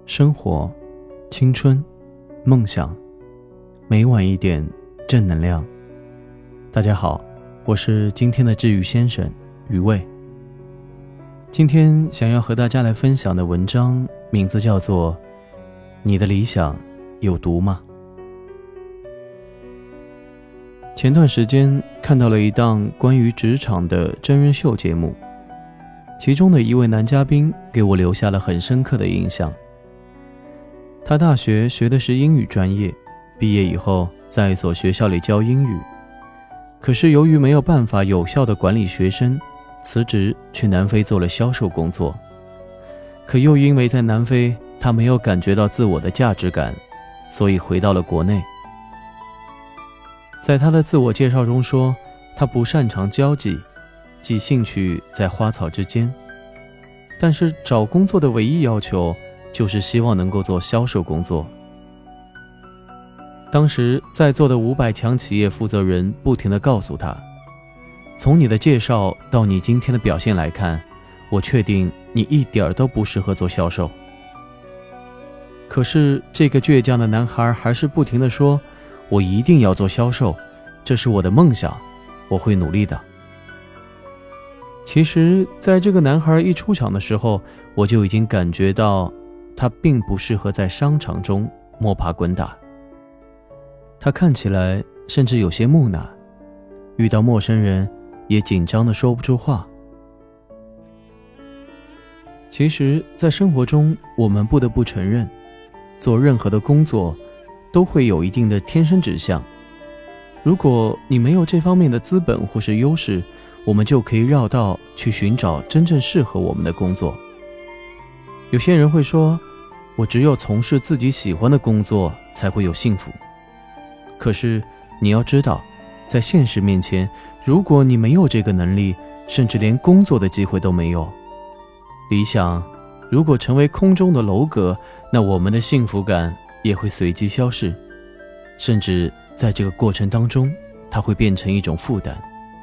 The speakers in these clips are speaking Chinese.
生活、青春、梦想，每晚一点正能量。大家好，我是今天的治愈先生余卫。今天想要和大家来分享的文章名字叫做你的理想有毒吗？前段时间看到了一档关于职场的真人秀节目，其中的一位男嘉宾给我留下了很深刻的印象。他大学学的是英语专业，毕业以后在一所学校里教英语，可是由于没有办法有效地管理学生，辞职去南非做了销售工作。可又因为在南非他没有感觉到自我的价值感，所以回到了国内。在他的自我介绍中说，他不擅长交际，即兴趣在花草之间，但是找工作的唯一要求就是希望能够做销售工作。当时在座的500强企业负责人不停地告诉他，从你的介绍到你今天的表现来看，我确定你一点都不适合做销售。可是这个倔强的男孩还是不停地说，我一定要做销售，这是我的梦想，我会努力的。其实在这个男孩一出场的时候，我就已经感觉到他并不适合在商场中摸爬滚打。他看起来甚至有些木讷，遇到陌生人也紧张地说不出话。其实在生活中，我们不得不承认，做任何的工作都会有一定的天生指向。如果你没有这方面的资本或是优势，我们就可以绕道去寻找真正适合我们的工作。有些人会说，我只有从事自己喜欢的工作才会有幸福。可是你要知道，在现实面前，如果你没有这个能力，甚至连工作的机会都没有，理想如果成为空中的楼阁，那我们的幸福感也会随即消逝，甚至在这个过程当中，它会变成一种负担。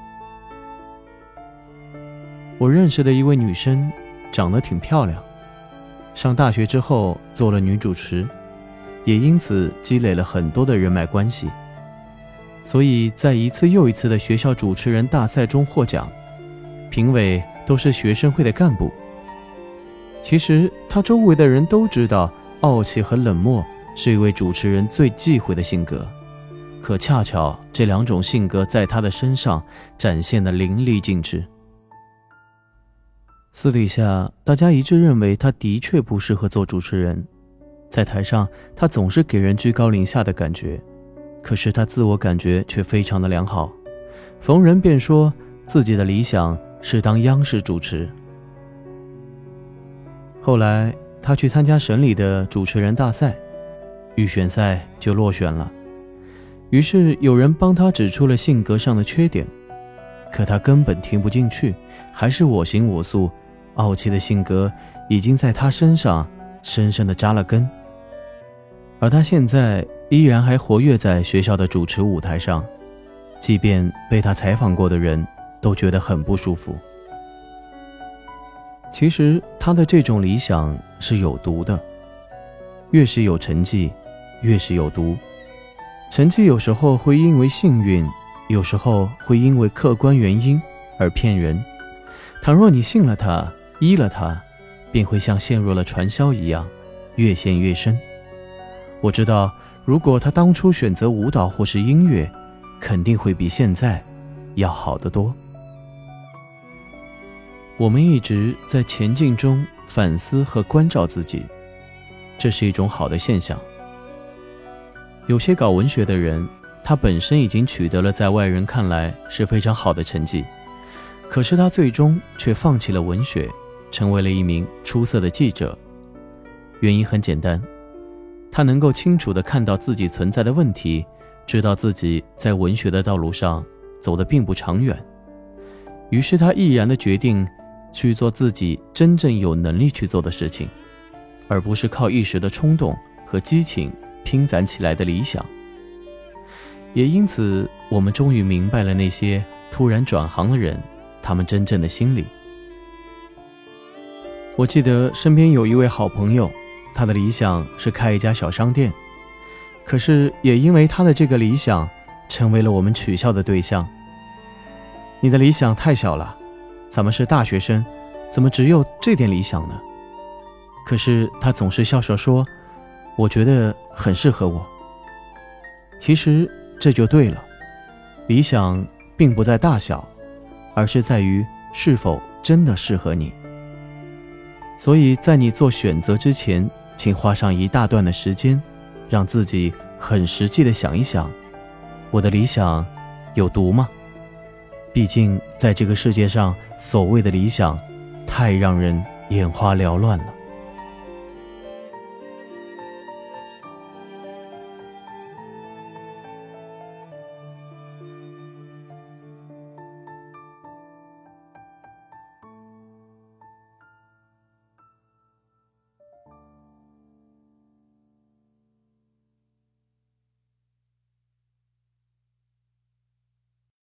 我认识的一位女生长得挺漂亮，上大学之后做了女主持，也因此积累了很多的人脉关系，所以在一次又一次的学校主持人大赛中获奖，评委都是学生会的干部。其实他周围的人都知道，傲气和冷漠是一位主持人最忌讳的性格，可恰巧这2种性格在他的身上展现得淋漓尽致。私底下大家一致认为他的确不适合做主持人，在台上他总是给人居高临下的感觉，可是他自我感觉却非常的良好，逢人便说自己的理想是当央视主持。后来他去参加省里的主持人大赛，预选赛就落选了，于是有人帮他指出了性格上的缺点，可他根本听不进去，还是我行我素，傲气的性格已经在他身上深深地扎了根。而他现在依然还活跃在学校的主持舞台上，即便被他采访过的人都觉得很不舒服。其实他的这种理想是有毒的，越是有成绩，越是有毒。成绩有时候会因为幸运，有时候会因为客观原因而骗人。倘若你信了他，依了他，便会像陷入了传销一样，越陷越深。我知道，如果他当初选择舞蹈或是音乐，肯定会比现在要好得多。我们一直在前进中反思和关照自己，这是一种好的现象。有些搞文学的人，他本身已经取得了在外人看来是非常好的成绩，可是他最终却放弃了文学，成为了一名出色的记者。原因很简单，他能够清楚地看到自己存在的问题，知道自己在文学的道路上走得并不长远，于是他毅然地决定去做自己真正有能力去做的事情，而不是靠一时的冲动和激情拼攒起来的理想。也因此，我们终于明白了那些突然转行的人，他们真正的心理。我记得身边有一位好朋友， 他的理想是开一家小商店，可是也因为他的这个理想，成为了我们取笑的对象。你的理想太小了，咱们是大学生，怎么只有这点理想呢？可是他总是笑笑说，我觉得很适合我。其实这就对了，理想并不在大小，而是在于是否真的适合你。所以在你做选择之前，请花上一大段的时间，让自己很实际的想一想，我的理想有毒吗？毕竟在这个世界上，所谓的理想太让人眼花缭乱了。